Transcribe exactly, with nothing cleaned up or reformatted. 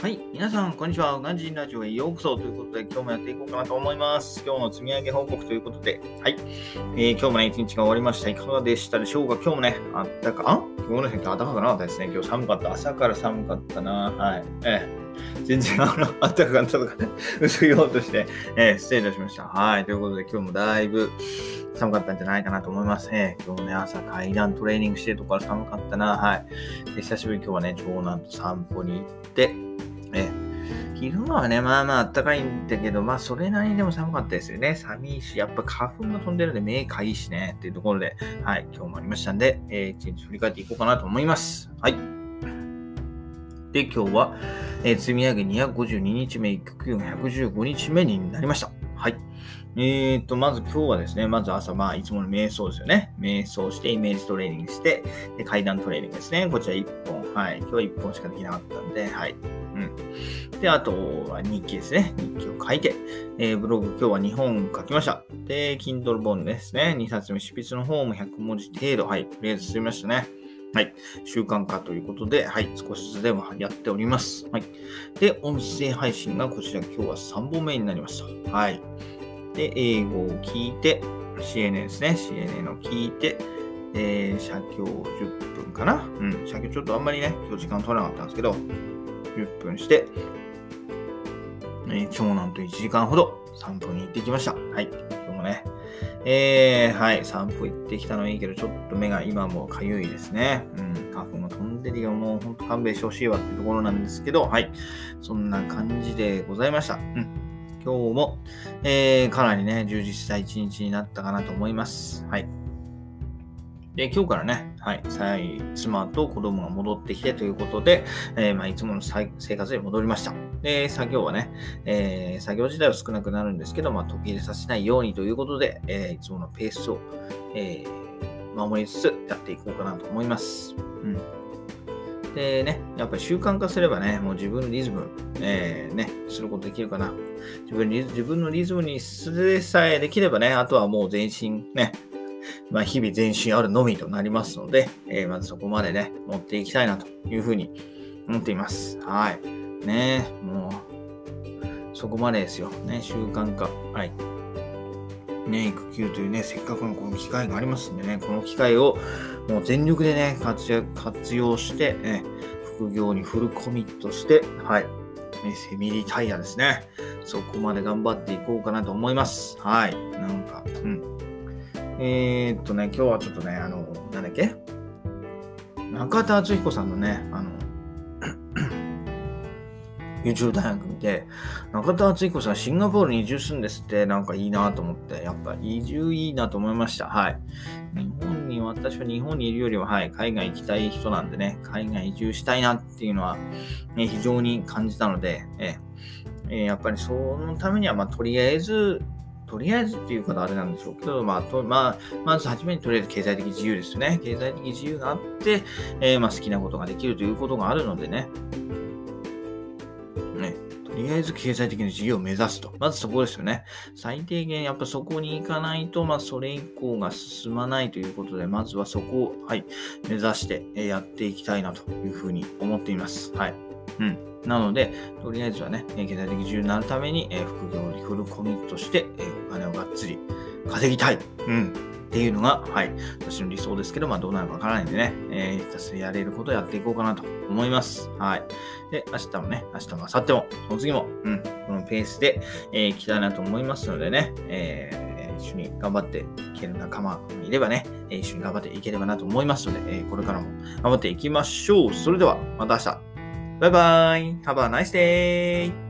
はい。皆さん、こんにちは。ガンジンラジオへようこそということで、今日もやっていこうかなと思います。今日の積み上げ報告ということで、はい。えー、今日もね、一日が終わりました。いかがでしたでしょうか。今日もね、あったか、あごめんなさい。今日暖かくなかったですね。今日寒かった。朝から寒かったな。はい。えー、全然、あの、暖かかったとかね、薄いようとして、えー、失礼いたしました。はい。ということで、今日もだいぶ寒かったんじゃないかなと思いますね。今日もね、朝階段トレーニングしてるところから寒かったな。はい。で久しぶりに今日はね、長男と散歩に行って、え昼間はね、まあまあ暖かいんだけど、まあそれなりにでも寒かったですよね。寒いし、やっぱ花粉が飛んでるんで目かいいしね、っていうところで、はい、今日もありましたんで、えー、一日振り返っていこうかなと思います。はい。で、今日は、えー、積み上げにひゃくごじゅうににちめ、育休がひゃくじゅうごにちめになりました。はい。えーと、まず今日はですね、まず朝、まあ、いつもの瞑想ですよね。瞑想して、イメージトレーニングして、で階段トレーニングですね。こちらいっぽん。はい。今日はいっぽんしかできなかったんで、はい。うん。で、あとは日記ですね。日記を書いて、えー、ブログ今日はにほん書きました。で、Kindle 本ですね。にさつめ、執筆の方もひゃくもじ程度、はい。とりあえず進みましたね。はい。習慣化ということで、はい。少しずつでもやっております。はい。で、音声配信がこちら今日はさんぼんめになりました。はい。で、英語を聞いて、シーエヌエー ですね。シーエヌエー の聞いて、えー、写経じゅっぷんかな。うん。写経ちょっとあんまりね、今日時間取らなかったんですけど、じゅっぷんして、えー、長男といちじかんほど散歩に行ってきました。はい。今日もね、えー、はい。散歩行ってきたのはいいけど、ちょっと目が今もかゆいですね。うん。花粉が飛んでるよ。もうほんと勘弁してほしいわっていうところなんですけど、はい。そんな感じでございました。うん。今日も、えー、かなりね、充実した一日になったかなと思います。はい。で、今日からね、はい、妻と子供が戻ってきてということで、えー、まあ、いつもの生活に戻りました。で、作業はね、えー、作業自体は少なくなるんですけど、まあ、途切れさせないようにということで、えー、いつものペースを、えー、守りつつやっていこうかなと思います。うん。でね、やっぱり習慣化すればね、もう自分のリズム、えー、ね、することできるかな。自分自分のリズムにすれさえできればね、あとはもう全身ね、まあ日々全身あるのみとなりますので、えー、まずそこまでね、持っていきたいなというふうに思っています。はい。ね、もう、そこまでですよ。ね、習慣化。はい。ね、育休というね、せっかくのこの機会がありますんでね、この機会をもう全力でね、活躍、活用して、ね、副業にフルコミットして、はい、セミリタイヤですね。そこまで頑張っていこうかなと思います。はい。なんか、うん。えー、っとね、今日はちょっとね、あの、なんだっけ中田敦彦さんのね、あの、YouTube 大学見て、中田敦彦さんシンガポールに移住するんですって、なんかいいなと思って、やっぱ移住いいなと思いました。はい。日本に、私は日本にいるよりは、はい、海外行きたい人なんでね、海外移住したいなっていうのは、ね、非常に感じたので、ええー、やっぱりそのためには、まあ、とりあえず、とりあえずっていう方あれなんでしょうけど、まあ、とまあ、まずはじめにとりあえず経済的自由ですよね。経済的自由があって、えー、まあ、好きなことができるということがあるのでね。ね、とりあえず経済的な自由を目指すと。まずそこですよね。最低限やっぱそこに行かないと、まあそれ以降が進まないということで、まずはそこを、はい、目指してやっていきたいなというふうに思っています。はい。うん。なので、とりあえずはね、経済的自由になるために、えー、副業にフルコミットして、えー、お金をがっつり稼ぎたい。うん。っていうのが、はい、私の理想ですけど、まあどうなるかわからないんでね、えー、ひたすらやれることをやっていこうかなと思います。はい。で、明日もね、明日も明後日も、その次も、うん、このペースで、えー、いきたいなと思いますのでね、えー、一緒に頑張っていける仲間がいればね、一緒に頑張っていければなと思いますので、えー、これからも頑張っていきましょう。それでは、また明日。バイバイ。Have a nice day.